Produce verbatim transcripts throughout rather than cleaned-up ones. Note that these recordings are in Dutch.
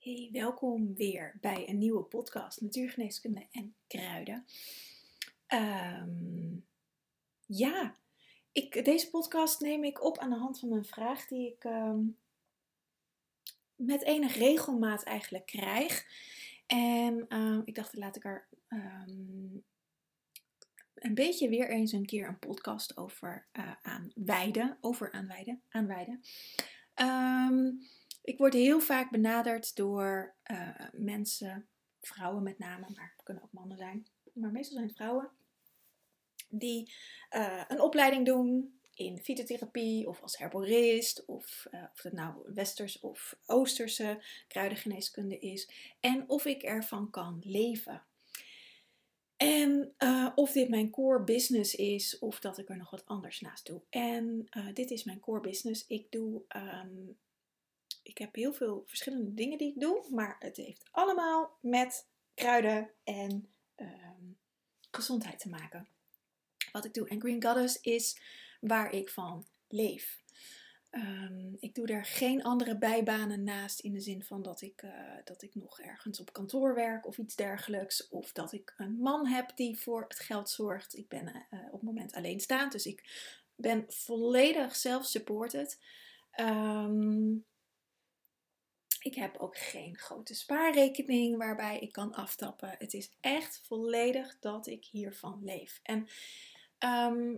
Hey, welkom weer bij een nieuwe podcast Natuurgeneeskunde en Kruiden. Um, ja, ik, deze podcast neem ik op aan de hand van een vraag die ik um, met enig regelmaat eigenlijk krijg. En um, ik dacht, laat ik er um, een beetje weer eens een keer een podcast over uh, aanwijden. Over aanwijden. aanwijden. Um, Ik word heel vaak benaderd door uh, mensen, vrouwen met name, maar het kunnen ook mannen zijn. Maar meestal zijn het vrouwen die uh, een opleiding doen in fytotherapie of als herborist. Of uh, of het nou westers of oosterse kruidengeneeskunde is. En of ik ervan kan leven. En uh, of dit mijn core business is of dat ik er nog wat anders naast doe. En uh, dit is mijn core business. Ik doe... Um, Ik heb heel veel verschillende dingen die ik doe, maar het heeft allemaal met kruiden en um, gezondheid te maken. Wat ik doe. En Green Goddess is waar ik van leef. Um, ik doe er geen andere bijbanen naast in de zin van dat ik, uh, dat ik nog ergens op kantoor werk of iets dergelijks. Of dat ik een man heb die voor het geld zorgt. Ik ben uh, op het moment alleenstaand, dus ik ben volledig self-supported. Um, Ik heb ook geen grote spaarrekening waarbij ik kan aftappen. Het is echt volledig dat ik hiervan leef. En um,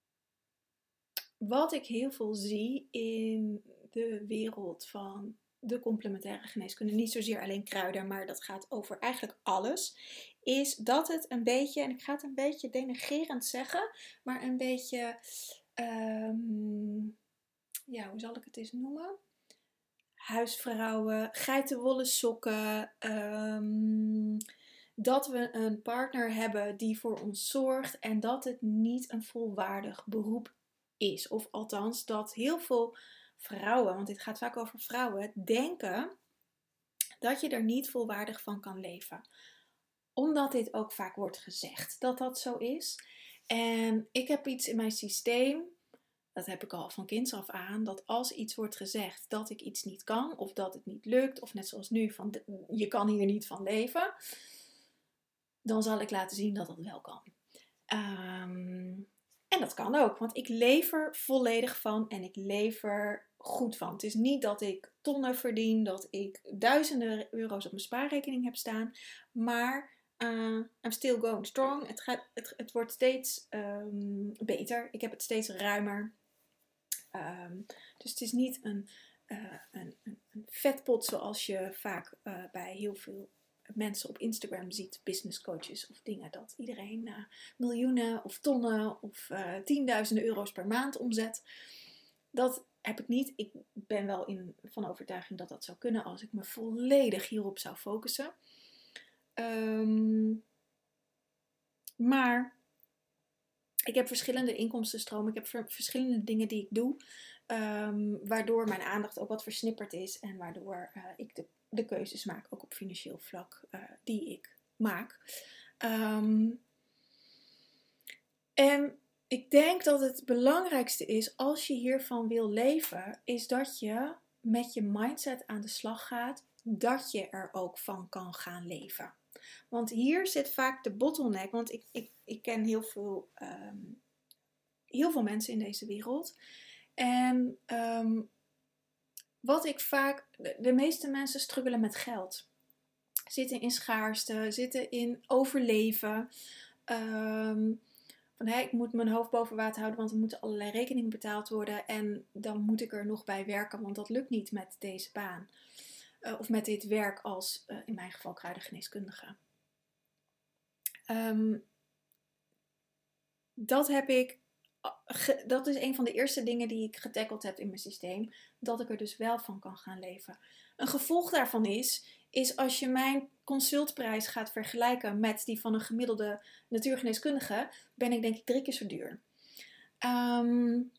wat ik heel veel zie in de wereld van de complementaire geneeskunde, niet zozeer alleen kruiden, maar dat gaat over eigenlijk alles, is dat het een beetje, en ik ga het een beetje denigrerend zeggen, maar een beetje, um, ja, hoe zal ik het eens noemen? Huisvrouwen, geitenwolle sokken, um, dat we een partner hebben die voor ons zorgt en dat het niet een volwaardig beroep is. Of althans dat heel veel vrouwen, want dit gaat vaak over vrouwen, denken dat je er niet volwaardig van kan leven. Omdat dit ook vaak wordt gezegd dat dat zo is. En ik heb iets in mijn systeem. Dat heb ik al van kinds af aan, dat als iets wordt gezegd dat ik iets niet kan, of dat het niet lukt, of net zoals nu, van de, je kan hier niet van leven, dan zal ik laten zien dat dat wel kan. Um, en dat kan ook, want ik leef er volledig van en ik leef er goed van. Het is niet dat ik tonnen verdien, dat ik duizenden euro's op mijn spaarrekening heb staan, maar uh, I'm still going strong. Het, gaat, het, het wordt steeds um, beter, ik heb het steeds ruimer. Um, dus het is niet een, uh, een, een, een vetpot zoals je vaak uh, bij heel veel mensen op Instagram ziet, business coaches of dingen, dat iedereen uh, miljoenen of tonnen of uh, tienduizenden euro's per maand omzet. Dat heb ik niet. Ik ben wel in, van overtuiging dat dat zou kunnen als ik me volledig hierop zou focussen. Um, maar ik heb verschillende inkomstenstromen. Ik heb verschillende dingen die ik doe. Um, waardoor mijn aandacht ook wat versnipperd is. En waardoor uh, ik de, de keuzes maak, ook op financieel vlak, uh, die ik maak. Um, en ik denk dat het belangrijkste is, als je hiervan wil leven, is dat je met je mindset aan de slag gaat. Dat je er ook van kan gaan leven. Want hier zit vaak de bottleneck. Want ik, ik, ik ken heel veel, um, heel veel mensen in deze wereld. En um, wat ik vaak... De, de meeste mensen struggelen met geld. Zitten in schaarste. Zitten in overleven. Um, van hé, ik moet mijn hoofd boven water houden, want er moeten allerlei rekeningen betaald worden. En dan moet ik er nog bij werken, want dat lukt niet met deze baan. Uh, of met dit werk als, uh, in mijn geval, kruidengeneeskundige. Um, dat heb ik, ge, dat is een van de eerste dingen die ik getackled heb in mijn systeem, dat ik er dus wel van kan gaan leven. Een gevolg daarvan is, is als je mijn consultprijs gaat vergelijken met die van een gemiddelde natuurgeneeskundige, ben ik denk ik drie keer zo duur. Um,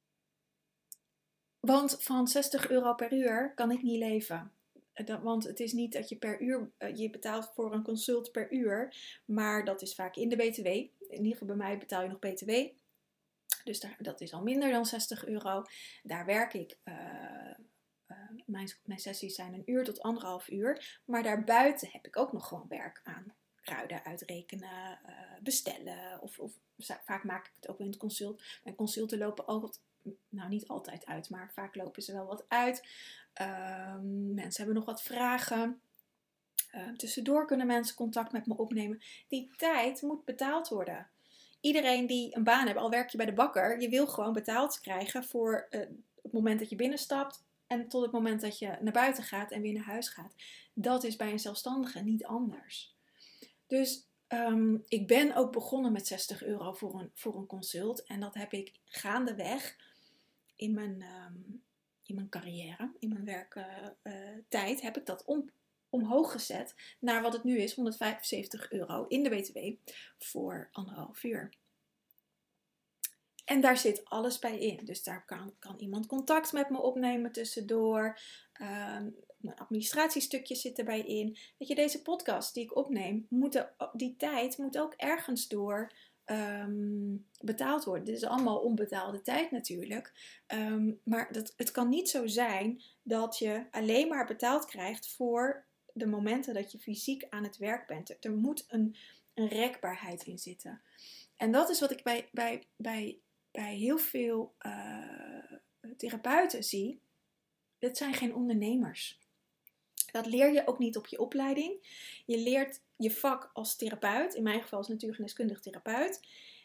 want van zestig euro per uur kan ik niet leven. Want het is niet dat je per uur, je betaalt voor een consult per uur, maar dat is vaak in de B T W. In ieder geval bij mij betaal je nog B T W. Dus daar, dat is al minder dan zestig euro. Daar werk ik uh, uh, mijn, mijn sessies zijn een uur tot anderhalf uur. Maar daarbuiten heb ik ook nog gewoon werk aan. Kruiden uitrekenen, uh, bestellen. Of, of vaak maak ik het ook in het consult. Mijn consulten lopen altijd, nou niet altijd uit, maar vaak lopen ze wel wat uit. Uh, mensen hebben nog wat vragen. Uh, tussendoor kunnen mensen contact met me opnemen. Die tijd moet betaald worden. Iedereen die een baan heeft, al werk je bij de bakker, je wil gewoon betaald krijgen voor uh, het moment dat je binnenstapt en tot het moment dat je naar buiten gaat en weer naar huis gaat. Dat is bij een zelfstandige niet anders. Dus um, ik ben ook begonnen met zestig euro voor een, voor een consult. En dat heb ik gaandeweg in mijn, um, in mijn carrière, in mijn werktijd, uh, heb ik dat om, omhoog gezet naar wat het nu is, honderdvijfenzeventig euro in de B T W voor anderhalf uur. En daar zit alles bij in. Dus daar kan, kan iemand contact met me opnemen tussendoor. Um, mijn administratiestukje zit erbij in. Weet je, deze podcast die ik opneem, moet de, die tijd moet ook ergens door um, betaald worden. Dit is allemaal onbetaalde tijd natuurlijk. Um, maar dat, het kan niet zo zijn dat je alleen maar betaald krijgt voor de momenten dat je fysiek aan het werk bent. Er, er moet een, een rekbaarheid in zitten. En dat is wat ik bij, bij, bij, bij heel veel uh, therapeuten zie. Het zijn geen ondernemers. Dat leer je ook niet op je opleiding. Je leert je vak als therapeut. In mijn geval als natuurgeneeskundig therapeut.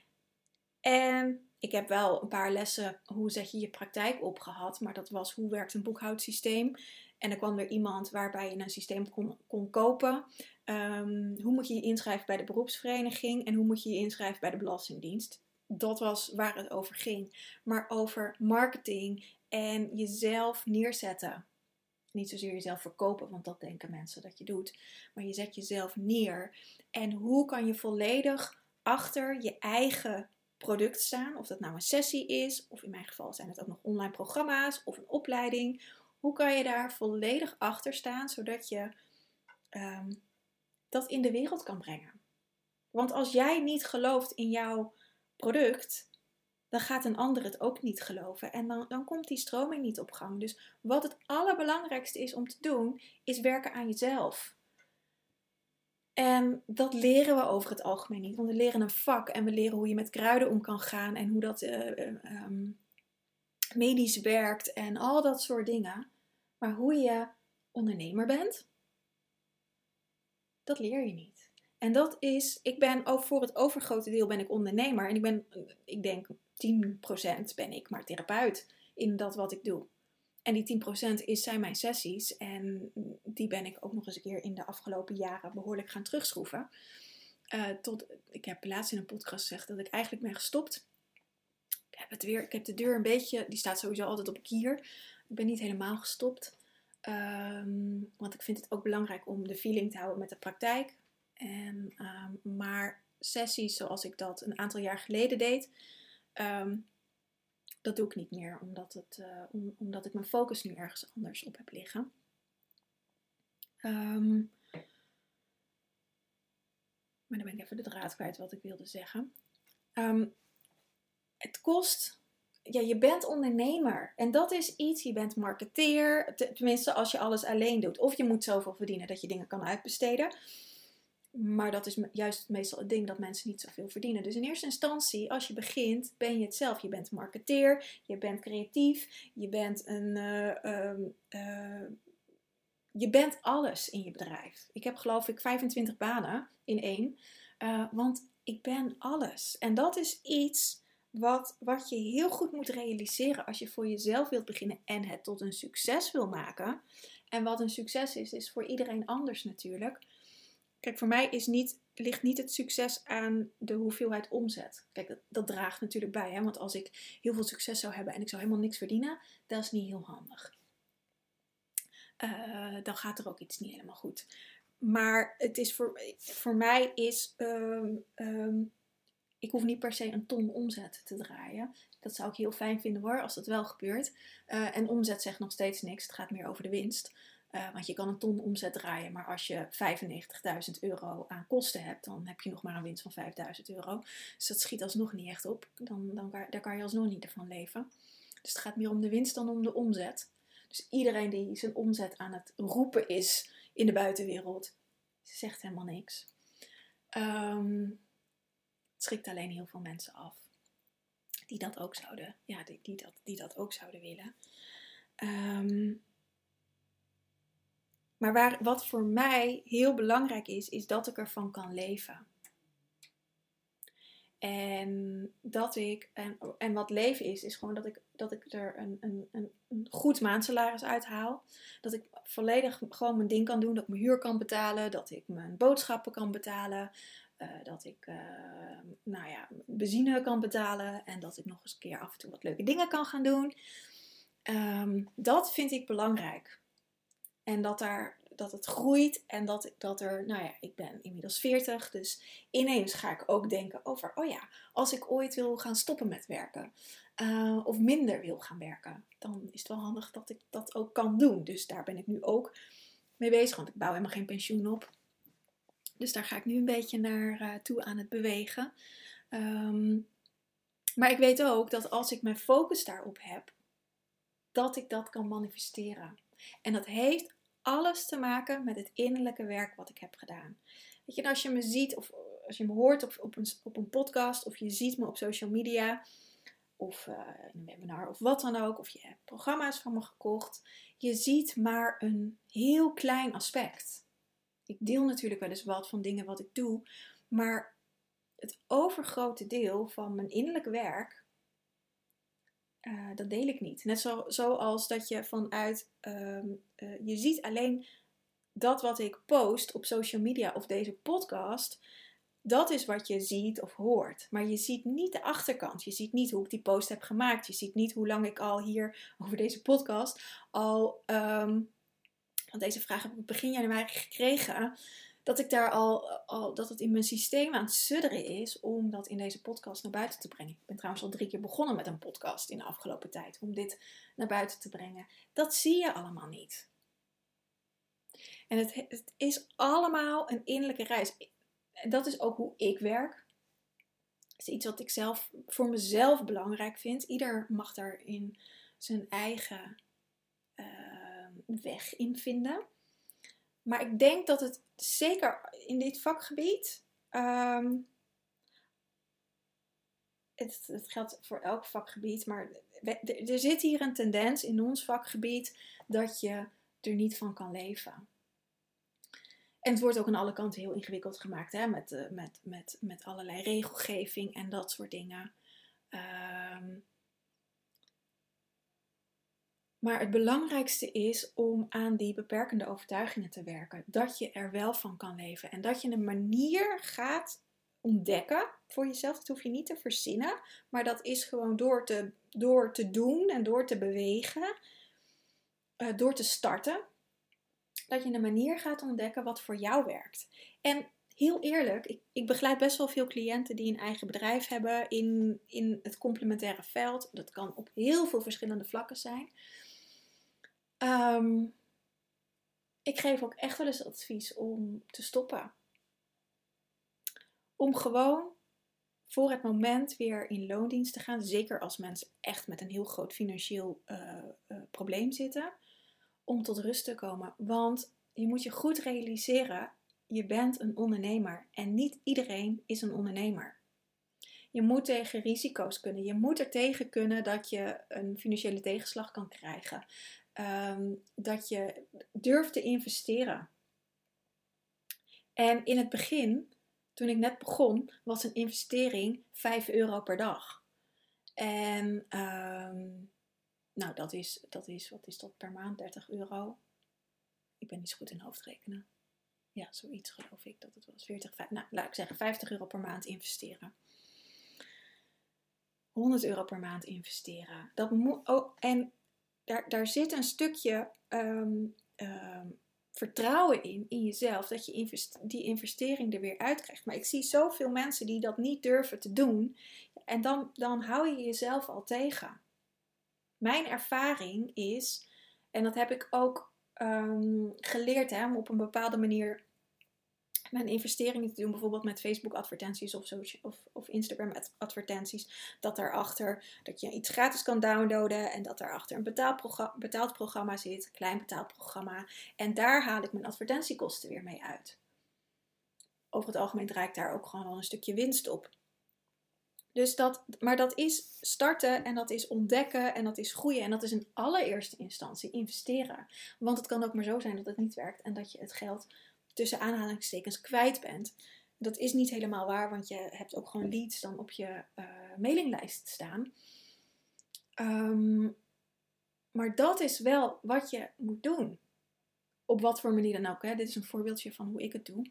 En ik heb wel een paar lessen hoe zet je je praktijk op gehad. Maar dat was hoe werkt een boekhoudsysteem. En er kwam weer iemand waarbij je een systeem kon, kon kopen. Um, hoe moet je je inschrijven bij de beroepsvereniging. En hoe moet je je inschrijven bij de Belastingdienst. Dat was waar het over ging. Maar over marketing en jezelf neerzetten. Niet zozeer jezelf verkopen, want dat denken mensen dat je doet. Maar je zet jezelf neer. En hoe kan je volledig achter je eigen product staan. Of dat nou een sessie is. Of in mijn geval zijn het ook nog online programma's. Of een opleiding. Hoe kan je daar volledig achter staan. Zodat je um, dat in de wereld kan brengen. Want als jij niet gelooft in jouw product, dan gaat een ander het ook niet geloven. En dan, dan komt die stroming niet op gang. Dus wat het allerbelangrijkste is om te doen, is werken aan jezelf. En dat leren we over het algemeen niet. Want we leren een vak en we leren hoe je met kruiden om kan gaan. En hoe dat uh, uh, um, medisch werkt en al dat soort dingen. Maar hoe je ondernemer bent, dat leer je niet. En dat is, ik ben ook voor het overgrote deel ben ik ondernemer. En ik ben, ik denk tien procent ben ik maar therapeut in dat wat ik doe. En die tien procent is, zijn mijn sessies. En die ben ik ook nog eens een keer in de afgelopen jaren behoorlijk gaan terugschroeven. Uh, tot, ik heb laatst in een podcast gezegd dat ik eigenlijk ben gestopt. Ik heb, het weer, ik heb de deur een beetje, die staat sowieso altijd op kier. Ik ben niet helemaal gestopt. Um, want ik vind het ook belangrijk om de feeling te houden met de praktijk. En, um, maar sessies zoals ik dat een aantal jaar geleden deed, um, dat doe ik niet meer. Omdat, het, uh, om, omdat ik mijn focus nu ergens anders op heb liggen. Um, maar dan ben ik even de draad kwijt wat ik wilde zeggen. Um, het kost... Ja, je bent ondernemer. En dat is iets, je bent marketeer. Tenminste, als je alles alleen doet. Of je moet zoveel verdienen dat je dingen kan uitbesteden. Maar dat is juist meestal het ding dat mensen niet zoveel verdienen. Dus in eerste instantie, als je begint, ben je het zelf. Je bent marketeer, je bent creatief, je bent een... Uh, uh, uh, je bent alles in je bedrijf. Ik heb geloof ik vijfentwintig banen in één. Uh, want ik ben alles. En dat is iets wat, wat je heel goed moet realiseren als je voor jezelf wilt beginnen en het tot een succes wil maken. En wat een succes is, is voor iedereen anders natuurlijk. Kijk, voor mij is niet, ligt niet het succes aan de hoeveelheid omzet. Kijk, dat, dat draagt natuurlijk bij. Hè? Want als ik heel veel succes zou hebben en ik zou helemaal niks verdienen, dat is niet heel handig. Uh, dan gaat er ook iets niet helemaal goed. Maar het is voor, voor mij is... Um, um, ik hoef niet per se een ton omzet te draaien. Dat zou ik heel fijn vinden hoor, als dat wel gebeurt. Uh, en omzet zegt nog steeds niks. Het gaat meer over de winst. Uh, want je kan een ton omzet draaien, maar als je vijfennegentigduizend euro aan kosten hebt, dan heb je nog maar een winst van vijfduizend euro. Dus dat schiet alsnog niet echt op. Dan, dan, daar kan je alsnog niet ervan leven. Dus het gaat meer om de winst dan om de omzet. Dus iedereen die zijn omzet aan het roepen is in de buitenwereld, zegt helemaal niks. Um, het schrikt alleen heel veel mensen af. Die dat ook zouden, ja, die, die, dat, die dat ook zouden willen. Um, maar waar, wat voor mij heel belangrijk is, is dat ik ervan kan leven. En dat ik, en, en wat leven is, is gewoon dat ik, dat ik er een, een, een, een goed maandsalaris uithaal. Dat ik volledig gewoon mijn ding kan doen. Dat ik mijn huur kan betalen. Dat ik mijn boodschappen kan betalen. Uh, dat ik, uh, nou ja, benzine kan betalen. En dat ik nog eens een keer af en toe wat leuke dingen kan gaan doen. Um, dat vind ik belangrijk. En dat daar... dat het groeit en dat, dat er, nou ja, ik ben inmiddels veertig, dus ineens ga ik ook denken over, oh ja, als ik ooit wil gaan stoppen met werken uh, of minder wil gaan werken, dan is het wel handig dat ik dat ook kan doen. Dus daar ben ik nu ook mee bezig, want ik bouw helemaal geen pensioen op. Dus daar ga ik nu een beetje naar uh, toe aan het bewegen. Um, maar ik weet ook dat als ik mijn focus daarop heb, dat ik dat kan manifesteren. En dat heeft alles te maken met het innerlijke werk wat ik heb gedaan. Weet je, als je me ziet of als je me hoort op, op, een, op een podcast of je ziet me op social media of uh, in een webinar of wat dan ook, of je hebt programma's van me gekocht, je ziet maar een heel klein aspect. Ik deel natuurlijk wel eens wat van dingen wat ik doe, maar het overgrote deel van mijn innerlijke werk, Uh, dat deel ik niet. Net zo, zoals dat je vanuit, um, uh, je ziet alleen dat wat ik post op social media of deze podcast, dat is wat je ziet of hoort. Maar je ziet niet de achterkant. Je ziet niet hoe ik die post heb gemaakt. Je ziet niet hoe lang ik al hier over deze podcast al, um, want deze vraag heb ik begin januari gekregen, dat ik daar al, al, dat het in mijn systeem aan het sudderen is om dat in deze podcast naar buiten te brengen. Ik ben trouwens al drie keer begonnen met een podcast in de afgelopen tijd, om dit naar buiten te brengen. Dat zie je allemaal niet. En het, het is allemaal een innerlijke reis. En dat is ook hoe ik werk. Dat is iets wat ik zelf voor mezelf belangrijk vind. Ieder mag daarin zijn eigen uh, weg in vinden. Maar ik denk dat het zeker in dit vakgebied, um, het, het geldt voor elk vakgebied, maar er zit hier een tendens in ons vakgebied dat je er niet van kan leven. En het wordt ook aan alle kanten heel ingewikkeld gemaakt, hè? Met, uh, met, met, met allerlei regelgeving en dat soort dingen. Um, Maar het belangrijkste is om aan die beperkende overtuigingen te werken. Dat je er wel van kan leven. En dat je een manier gaat ontdekken voor jezelf. Dat hoef je niet te verzinnen. Maar dat is gewoon door te, door te doen en door te bewegen. Uh, door te starten. Dat je een manier gaat ontdekken wat voor jou werkt. En heel eerlijk, ik, ik begeleid best wel veel cliënten die een eigen bedrijf hebben in, in het complementaire veld. Dat kan op heel veel verschillende vlakken zijn. Um, ik geef ook echt wel eens advies om te stoppen. Om gewoon voor het moment weer in loondienst te gaan. Zeker als mensen echt met een heel groot financieel uh, uh, probleem zitten. Om tot rust te komen. Want je moet je goed realiseren, je bent een ondernemer. En niet iedereen is een ondernemer. Je moet tegen risico's kunnen. Je moet er tegen kunnen dat je een financiële tegenslag kan krijgen. Um, dat je durft te investeren. En in het begin, toen ik net begon, was een investering vijf euro per dag. En um, nou, dat is, dat is, wat is dat per maand? dertig euro. Ik ben niet zo goed in hoofdrekenen. Ja, zoiets geloof ik dat het was. veertig, vijftig, nou, laat ik zeggen vijftig euro per maand investeren. honderd euro per maand investeren. Dat moet, oh, en Daar, daar zit een stukje um, um, vertrouwen in, in jezelf, dat je invest- die investering er weer uitkrijgt. Maar ik zie zoveel mensen die dat niet durven te doen. En dan, dan hou je jezelf al tegen. Mijn ervaring is, en dat heb ik ook um, geleerd, hè, om op een bepaalde manier mijn investeringen te doen, bijvoorbeeld met Facebook advertenties of, social, of, of Instagram advertenties, dat daarachter, dat je iets gratis kan downloaden en dat daarachter een betaalprogramma, betaald programma zit, een klein betaald programma. En daar haal ik mijn advertentiekosten weer mee uit. Over het algemeen draai ik daar ook gewoon al een stukje winst op. Dus dat, maar dat is starten en dat is ontdekken en dat is groeien. En dat is in allereerste instantie investeren. Want het kan ook maar zo zijn dat het niet werkt en dat je het geld tussen aanhalingstekens kwijt bent. Dat is niet helemaal waar, want je hebt ook gewoon leads dan op je uh, mailinglijst staan. Um, maar dat is wel wat je moet doen. Op wat voor manier dan ook. Hè? Dit is een voorbeeldje van hoe ik het doe.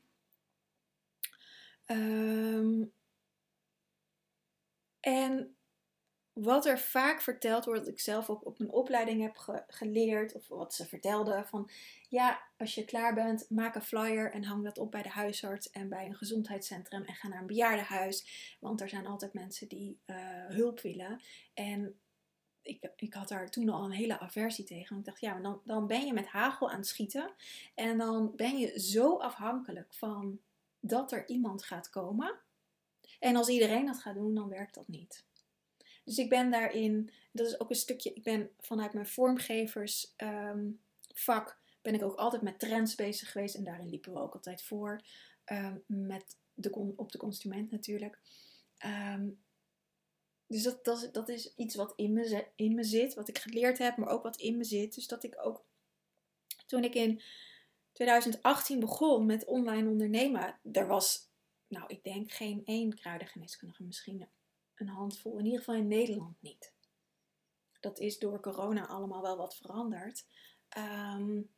Um, en wat er vaak verteld wordt, wat ik zelf ook op mijn opleiding heb ge- geleerd, of wat ze vertelden, van ja, als je klaar bent, maak een flyer en hang dat op bij de huisarts en bij een gezondheidscentrum en ga naar een bejaardenhuis, want er zijn altijd mensen die uh, hulp willen. En ik, ik had daar toen al een hele aversie tegen, want ik dacht, ja, dan, dan ben je met hagel aan het schieten en dan ben je zo afhankelijk van dat er iemand gaat komen. En als iedereen dat gaat doen, dan werkt dat niet. Dus ik ben daarin, dat is ook een stukje, ik ben vanuit mijn vormgeversvak, um, ben ik ook altijd met trends bezig geweest. En daarin liepen we ook altijd voor, um, met de, op de consument natuurlijk. Um, dus dat, dat, dat is iets wat in me, in me zit, wat ik geleerd heb, maar ook wat in me zit. Dus dat ik ook, toen ik in twintig achttien begon met online ondernemen, er was, nou ik denk geen één kruidengeneeskundige, misschien een handvol, in ieder geval in Nederland niet. Dat is door corona allemaal wel wat veranderd. Um,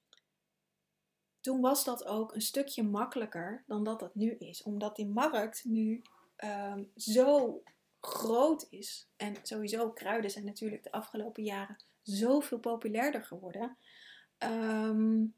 toen was dat ook een stukje makkelijker dan dat dat nu is. Omdat die markt nu um, zo groot is. En sowieso, kruiden zijn natuurlijk de afgelopen jaren zoveel populairder geworden. Um,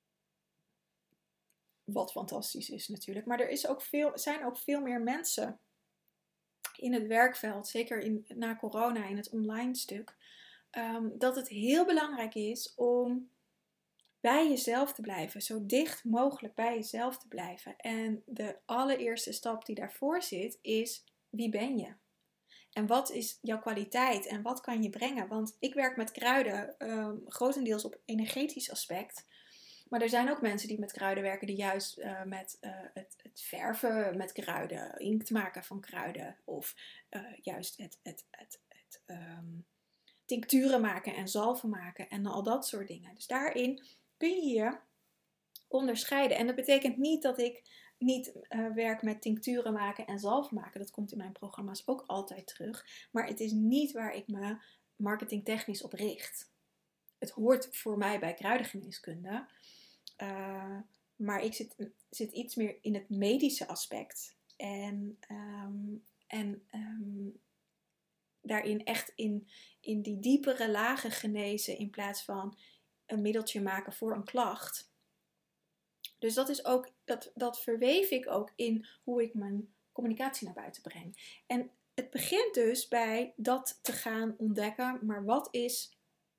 wat fantastisch is natuurlijk. Maar er is ook veel, zijn ook veel meer mensen in het werkveld, zeker in, na corona in het online stuk, um, dat het heel belangrijk is om bij jezelf te blijven, zo dicht mogelijk bij jezelf te blijven. En de allereerste stap die daarvoor zit is, wie ben je? En wat is jouw kwaliteit en wat kan je brengen? Want ik werk met kruiden um, grotendeels op energetisch aspect. Maar er zijn ook mensen die met kruiden werken die juist uh, met uh, het, het verven met kruiden, inkt maken van kruiden. Of uh, juist het, het, het, het um, tincturen maken en zalven maken en al dat soort dingen. Dus daarin kun je je onderscheiden. En dat betekent niet dat ik niet uh, werk met tincturen maken en zalven maken. Dat komt in mijn programma's ook altijd terug. Maar het is niet waar ik me marketingtechnisch op richt. Het hoort voor mij bij kruidengeneeskunde. Uh, maar ik zit, zit iets meer in het medische aspect. En, um, en um, daarin echt in, in die diepere lagen genezen in plaats van een middeltje maken voor een klacht. Dus dat is ook, dat, dat verweef ik ook in hoe ik mijn communicatie naar buiten breng. En het begint dus bij dat te gaan ontdekken, maar wat is...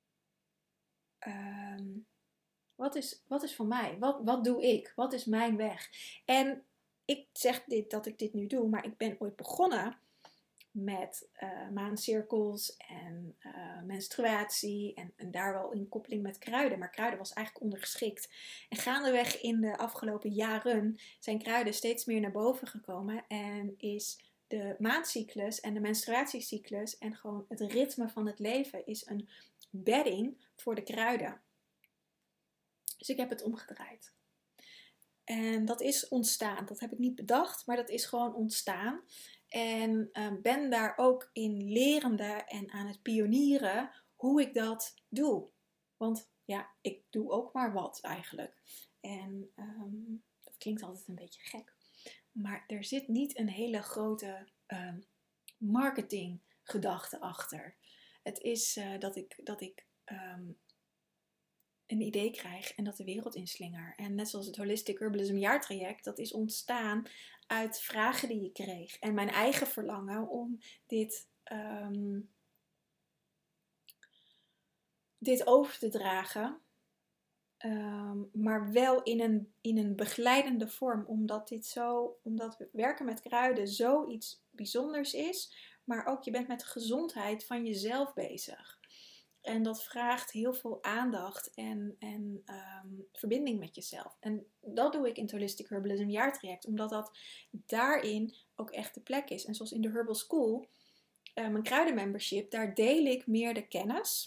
Um, Wat is, wat is van mij? Wat, wat doe ik? Wat is mijn weg? En ik zeg dit, dat ik dit nu doe, maar ik ben ooit begonnen met uh, maancirkels en uh, menstruatie en, en daar wel in koppeling met kruiden. Maar kruiden was eigenlijk ondergeschikt. En gaandeweg in de afgelopen jaren zijn kruiden steeds meer naar boven gekomen en is de maandcyclus en de menstruatiecyclus en gewoon het ritme van het leven is een bedding voor de kruiden. Dus ik heb het omgedraaid. En dat is ontstaan. Dat heb ik niet bedacht, maar dat is gewoon ontstaan. En uh, ben daar ook in lerende en aan het pionieren hoe ik dat doe. Want ja, ik doe ook maar wat eigenlijk. En um, dat klinkt altijd een beetje gek. Maar er zit niet een hele grote um, marketinggedachte achter. Het is uh, dat ik... Dat ik um, een idee krijg en dat de wereld inslinger. En net zoals het Holistic Herbalism jaartraject, dat is ontstaan uit vragen die ik kreeg. En mijn eigen verlangen om dit, um, dit over te dragen Um, maar wel in een, in een begeleidende vorm, omdat dit zo, omdat we werken met kruiden zoiets bijzonders is, maar ook je bent met de gezondheid van jezelf bezig. En dat vraagt heel veel aandacht en, en um, verbinding met jezelf. En dat doe ik in het Holistic Herbalism jaartraject, omdat dat daarin ook echt de plek is. En zoals in de Herbal School, uh, mijn kruidenmembership, daar deel ik meer de kennis.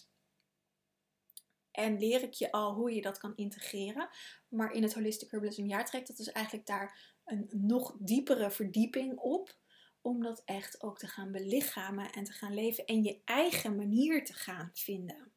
En leer ik je al hoe je dat kan integreren. Maar in het Holistic Herbalism jaartraject, dat is eigenlijk daar een nog diepere verdieping op. Om dat echt ook te gaan belichamen en te gaan leven. En je eigen manier te gaan vinden.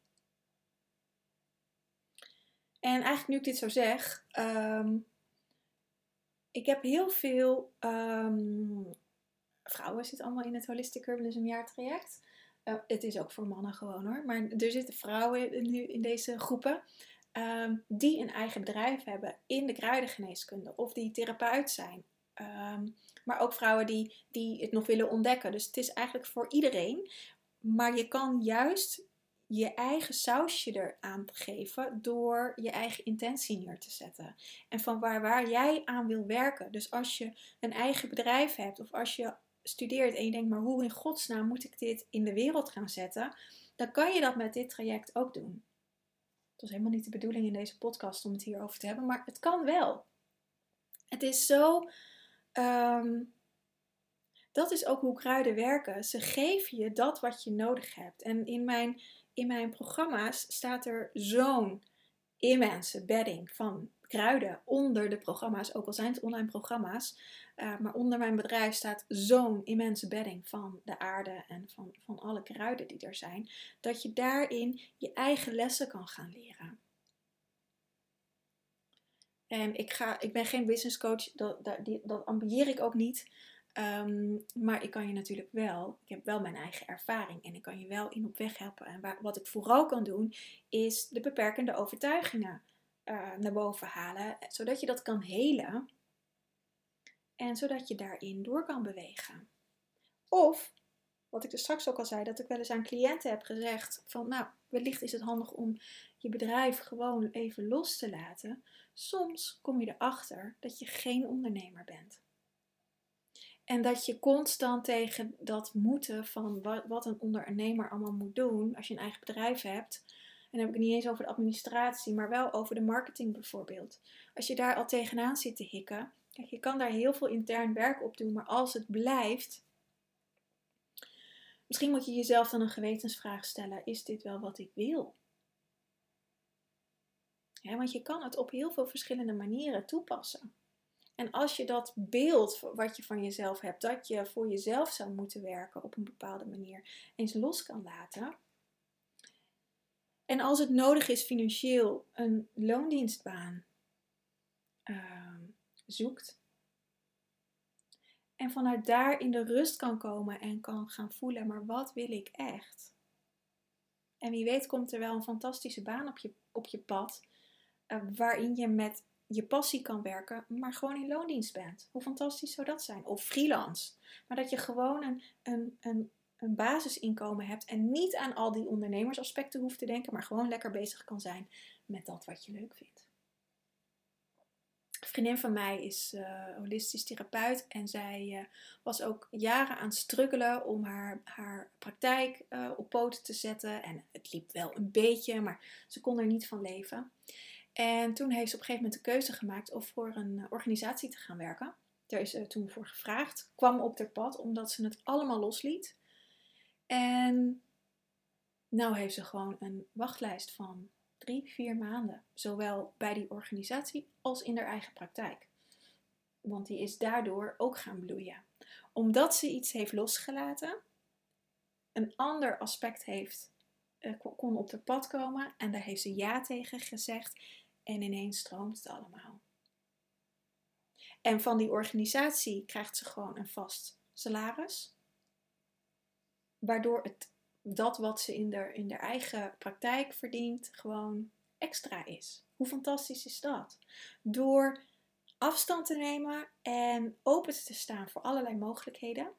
En eigenlijk nu ik dit zo zeg. Um, ik heb heel veel um, vrouwen zitten allemaal in het Holistic Herbalism jaartraject. Uh, het is ook voor mannen gewoon hoor. Maar er zitten vrouwen nu in deze groepen. Um, die een eigen bedrijf hebben in de kruidengeneeskunde. Of die therapeut zijn. Um, maar ook vrouwen die, die het nog willen ontdekken. Dus het is eigenlijk voor iedereen. Maar je kan juist je eigen sausje eraan te geven door je eigen intentie neer te zetten. En van waar, waar jij aan wil werken. Dus als je een eigen bedrijf hebt of als je studeert en je denkt, maar hoe in godsnaam moet ik dit in de wereld gaan zetten? Dan kan je dat met dit traject ook doen. Het was helemaal niet de bedoeling in deze podcast om het hierover te hebben, maar het kan wel. Het is zo... Um, dat is ook hoe kruiden werken. Ze geven je dat wat je nodig hebt. En in mijn, in mijn programma's staat er zo'n immense bedding van kruiden onder de programma's. Ook al zijn het online programma's. Uh, maar onder mijn bedrijf staat zo'n immense bedding van de aarde en van, van alle kruiden die er zijn. Dat je daarin je eigen lessen kan gaan leren. En ik, ga, ik ben geen business coach, dat, dat, die, dat ambieer ik ook niet. Um, maar ik kan je natuurlijk wel, ik heb wel mijn eigen ervaring en ik kan je wel in op weg helpen. En waar, wat ik vooral kan doen, is de beperkende overtuigingen uh, naar boven halen. Zodat je dat kan helen en zodat je daarin door kan bewegen. Of, wat ik er straks ook al zei, dat ik wel eens aan cliënten heb gezegd van, nou, wellicht is het handig om je bedrijf gewoon even los te laten. Soms kom je erachter dat je geen ondernemer bent. En dat je constant tegen dat moeten van wat een ondernemer allemaal moet doen als je een eigen bedrijf hebt. En dan heb ik het niet eens over de administratie, maar wel over de marketing bijvoorbeeld. Als je daar al tegenaan zit te hikken, kijk, je kan daar heel veel intern werk op doen, maar als het blijft, misschien moet je jezelf dan een gewetensvraag stellen, is dit wel wat ik wil? Ja, want je kan het op heel veel verschillende manieren toepassen. En als je dat beeld wat je van jezelf hebt, dat je voor jezelf zou moeten werken op een bepaalde manier, eens los kan laten. En als het nodig is financieel een loondienstbaan uh, zoekt. En vanuit daar in de rust kan komen en kan gaan voelen, maar wat wil ik echt? En wie weet komt er wel een fantastische baan op je, op je pad, uh, waarin je met je passie kan werken, maar gewoon in loondienst bent. Hoe fantastisch zou dat zijn? Of freelance. Maar dat je gewoon een, een, een, een basisinkomen hebt en niet aan al die ondernemersaspecten hoeft te denken, maar gewoon lekker bezig kan zijn met dat wat je leuk vindt. Een vriendin van mij is uh, holistisch therapeut en zij uh, was ook jaren aan het struggelen om haar, haar praktijk uh, op poten te zetten. En het liep wel een beetje, maar ze kon er niet van leven. En toen heeft ze op een gegeven moment de keuze gemaakt om voor een organisatie te gaan werken. Daar is ze toen voor gevraagd. Kwam op haar pad omdat ze het allemaal losliet. En nou heeft ze gewoon een wachtlijst van drie, vier maanden. Zowel bij die organisatie als in haar eigen praktijk. Want die is daardoor ook gaan bloeien. Omdat ze iets heeft losgelaten. Een ander aspect heeft, kon op haar pad komen. En daar heeft ze ja tegen gezegd. En ineens stroomt het allemaal. En van die organisatie krijgt ze gewoon een vast salaris. Waardoor het, dat wat ze in haar, in haar eigen praktijk verdient gewoon extra is. Hoe fantastisch is dat? Door afstand te nemen en open te staan voor allerlei mogelijkheden.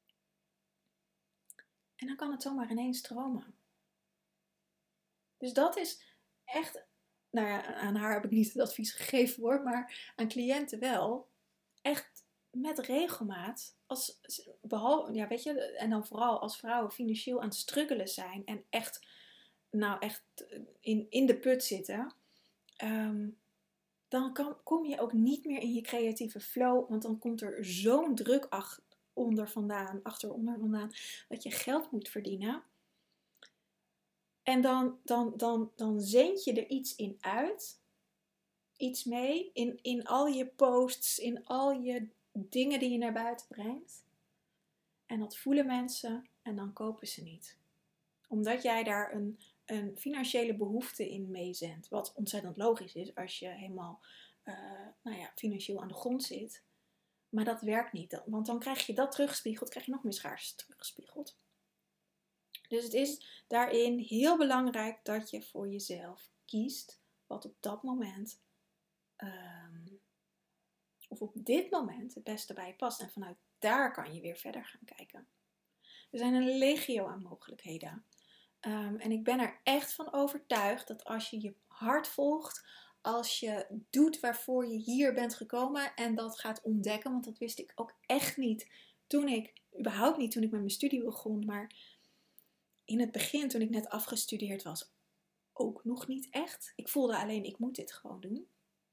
En dan kan het zomaar ineens stromen. Dus dat is echt nou ja, aan haar heb ik niet het advies gegeven hoor, maar aan cliënten wel. Echt met regelmaat, als, behalve, ja, weet je, en dan vooral als vrouwen financieel aan het struggelen zijn en echt, nou echt in, in de put zitten, um, dan kan, kom je ook niet meer in je creatieve flow, want dan komt er zo'n druk ach, onder vandaan, achter onder vandaan, dat je geld moet verdienen. En dan, dan, dan, dan zend je er iets in uit, iets mee, in, in al je posts, in al je dingen die je naar buiten brengt. En dat voelen mensen en dan kopen ze niet. Omdat jij daar een, een financiële behoefte in meezendt. Wat ontzettend logisch is als je helemaal uh, nou ja, financieel aan de grond zit. Maar dat werkt niet. Want dan krijg je dat teruggespiegeld, krijg je nog meer schaarste teruggespiegeld. Dus het is daarin heel belangrijk dat je voor jezelf kiest wat op dat moment, um, of op dit moment het beste bij je past. En vanuit daar kan je weer verder gaan kijken. Er zijn een legio aan mogelijkheden. Um, en ik ben er echt van overtuigd dat als je je hart volgt, als je doet waarvoor je hier bent gekomen en dat gaat ontdekken, want dat wist ik ook echt niet toen ik, überhaupt niet toen ik met mijn studie begon, maar in het begin toen ik net afgestudeerd was, ook nog niet echt. Ik voelde alleen, ik moet dit gewoon doen.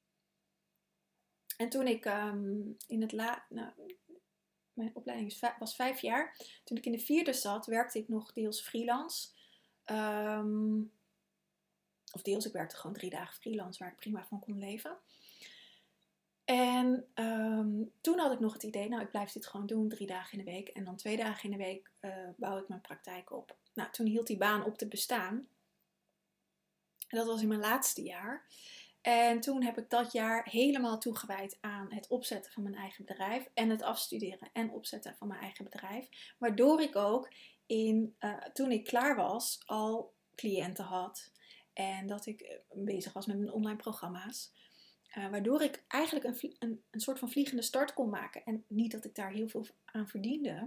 En toen ik um, in het la... Nou, mijn opleiding was vijf jaar. Toen ik in de vierde zat, werkte ik nog deels freelance. Um, of deels, ik werkte gewoon drie dagen freelance waar ik prima van kon leven. En um, toen had ik nog het idee, nou ik blijf dit gewoon doen, drie dagen in de week. En dan twee dagen in de week uh, bouw ik mijn praktijk op. Nou, toen hield die baan op te bestaan. En dat was in mijn laatste jaar. En toen heb ik dat jaar helemaal toegewijd aan het opzetten van mijn eigen bedrijf. En het afstuderen en opzetten van mijn eigen bedrijf. Waardoor ik ook, in, uh, toen ik klaar was, al cliënten had. En dat ik bezig was met mijn online programma's. Uh, waardoor ik eigenlijk een, een, een soort van vliegende start kon maken. En niet dat ik daar heel veel aan verdiende.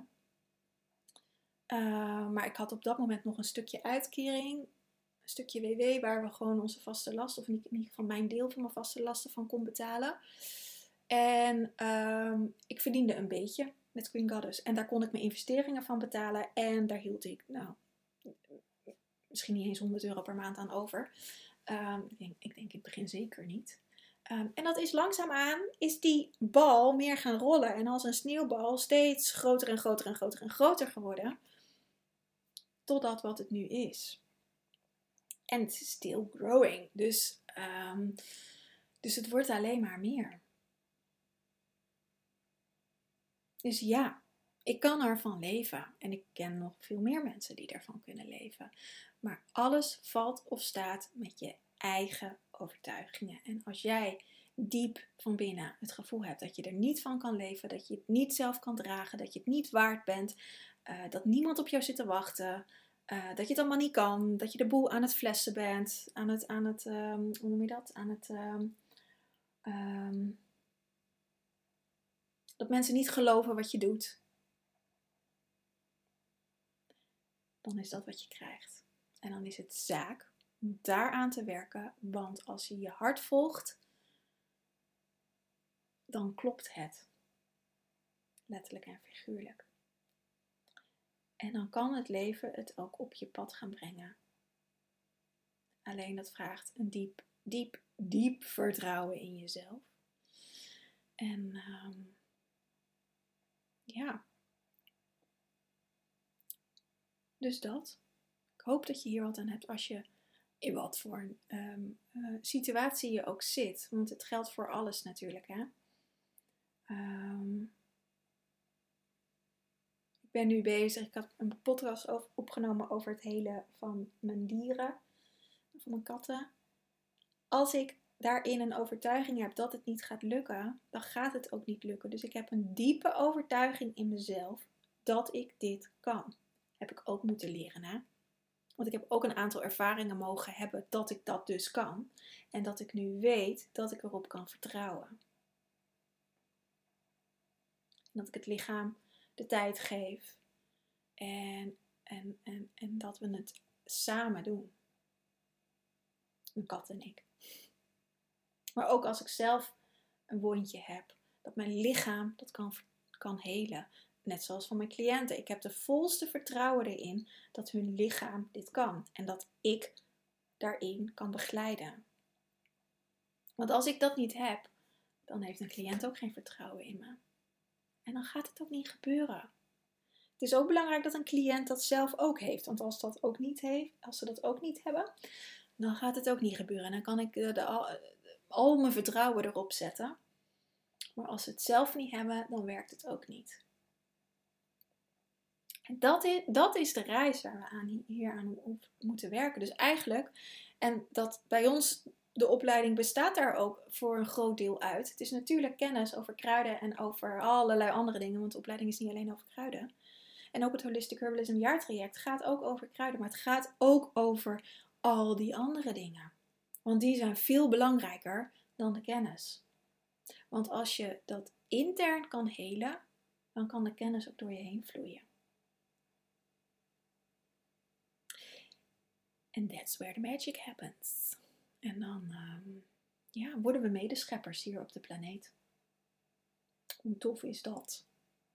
Uh, maar ik had op dat moment nog een stukje uitkering. Een stukje W W waar we gewoon onze vaste lasten, of in ieder geval mijn deel van mijn vaste lasten van kon betalen. En um, ik verdiende een beetje met Queen Goddess. En daar kon ik mijn investeringen van betalen. En daar hield ik, nou, misschien niet eens honderd euro per maand aan over. Um, ik, denk, ik denk in het begin zeker niet. Um, en dat is langzaamaan, is die bal meer gaan rollen. En als een sneeuwbal steeds groter en groter en groter en groter geworden. Totdat wat het nu is. En het is still growing. Dus, um, dus het wordt alleen maar meer. Dus ja, ik kan ervan leven. En ik ken nog veel meer mensen die ervan kunnen leven. Maar alles valt of staat met je eigen overtuigingen. En als jij diep van binnen het gevoel hebt dat je er niet van kan leven, dat je het niet zelf kan dragen, dat je het niet waard bent, uh, dat niemand op jou zit te wachten, uh, dat je het allemaal niet kan, dat je de boel aan het flessen bent, aan het, aan het um, hoe noem je dat? Aan het, um, um, dat mensen niet geloven wat je doet, dan is dat wat je krijgt. En dan is het zaak om daaraan te werken, want als je je hart volgt, dan klopt het. Letterlijk en figuurlijk. En dan kan het leven het ook op je pad gaan brengen. Alleen dat vraagt een diep, diep, diep vertrouwen in jezelf. En um, ja. Dus dat. Ik hoop dat je hier wat aan hebt als je in wat voor een um, uh, situatie je ook zit. Want het geldt voor alles natuurlijk, hè. Um, ik ben nu bezig. Ik had een podcast over, opgenomen over het hele van mijn dieren. Van mijn katten. Als ik daarin een overtuiging heb dat het niet gaat lukken, dan gaat het ook niet lukken. Dus ik heb een diepe overtuiging in mezelf dat ik dit kan. Heb ik ook moeten leren, hè. Want ik heb ook een aantal ervaringen mogen hebben dat ik dat dus kan. En dat ik nu weet dat ik erop kan vertrouwen. En dat ik het lichaam de tijd geef. En, en, en, en dat we het samen doen. Mijn kat en ik. Maar ook als ik zelf een wondje heb, dat mijn lichaam dat kan, kan helen. Net zoals van mijn cliënten. Ik heb de volste vertrouwen erin dat hun lichaam dit kan. En dat ik daarin kan begeleiden. Want als ik dat niet heb, dan heeft een cliënt ook geen vertrouwen in me. En dan gaat het ook niet gebeuren. Het is ook belangrijk dat een cliënt dat zelf ook heeft. Want als, dat ook niet heeft, als ze dat ook niet hebben, dan gaat het ook niet gebeuren. En dan kan ik de, de, al, al mijn vertrouwen erop zetten. Maar als ze het zelf niet hebben, dan werkt het ook niet. En dat is, dat is de reis waar we aan, hier aan moeten werken. Dus eigenlijk, en dat bij ons, de opleiding bestaat daar ook voor een groot deel uit. Het is natuurlijk kennis over kruiden en over allerlei andere dingen. Want de opleiding is niet alleen over kruiden. En ook het Holistic Herbalism jaartraject gaat ook over kruiden. Maar het gaat ook over al die andere dingen. Want die zijn veel belangrijker dan de kennis. Want als je dat intern kan helen, dan kan de kennis ook door je heen vloeien. And that's where the magic happens. En dan um, ja, worden we medescheppers hier op de planeet. Hoe tof is dat?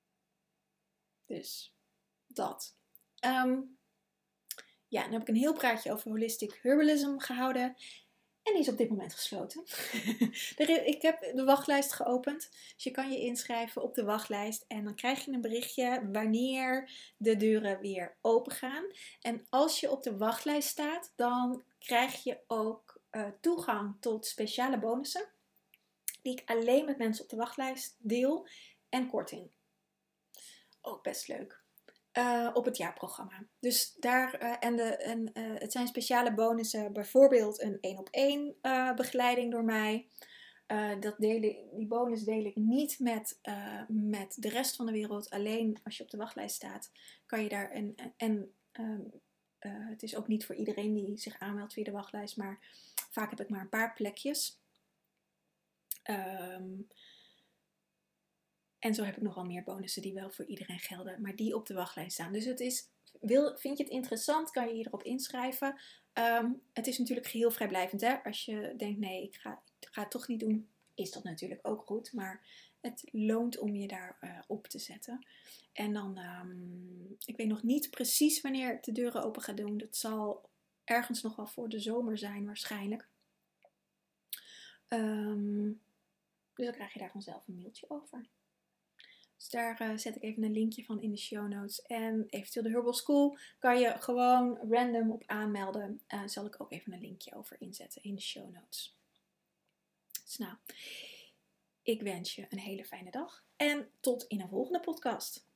Dus dat. Um, ja, dan heb ik een heel praatje over Holistic Herbalism gehouden. En die is op dit moment gesloten. Ik heb de wachtlijst geopend. Dus je kan je inschrijven op de wachtlijst. En dan krijg je een berichtje wanneer de deuren weer open gaan. En als je op de wachtlijst staat, dan krijg je ook uh, toegang tot speciale bonussen. Die ik alleen met mensen op de wachtlijst deel. En korting. Ook best leuk. Uh, op het jaarprogramma. Dus daar, uh, en, de, en uh, het zijn speciale bonussen, bijvoorbeeld een één op één uh, begeleiding door mij. Uh, dat deel ik, die bonus deel ik niet met, uh, met de rest van de wereld. Alleen als je op de wachtlijst staat, kan je daar. En, en um, uh, het is ook niet voor iedereen die zich aanmeldt via de wachtlijst, maar vaak heb ik maar een paar plekjes. Um, En zo heb ik nogal meer bonussen die wel voor iedereen gelden, maar die op de wachtlijst staan. Dus het is, wil, vind je het interessant, kan je je erop inschrijven. Um, het is natuurlijk geheel vrijblijvend. Hè? Als je denkt, nee, ik ga, ik ga het toch niet doen, is dat natuurlijk ook goed. Maar het loont om je daar uh, op te zetten. En dan, um, ik weet nog niet precies wanneer ik de deuren open ga doen. Dat zal ergens nog wel voor de zomer zijn waarschijnlijk. Um, dus dan krijg je daar vanzelf een mailtje over. Dus daar uh, zet ik even een linkje van in de show notes. En eventueel de Herbal School kan je gewoon random op aanmelden. Uh, zal ik ook even een linkje over inzetten in de show notes. Dus nou, ik wens je een hele fijne dag. En tot in een volgende podcast.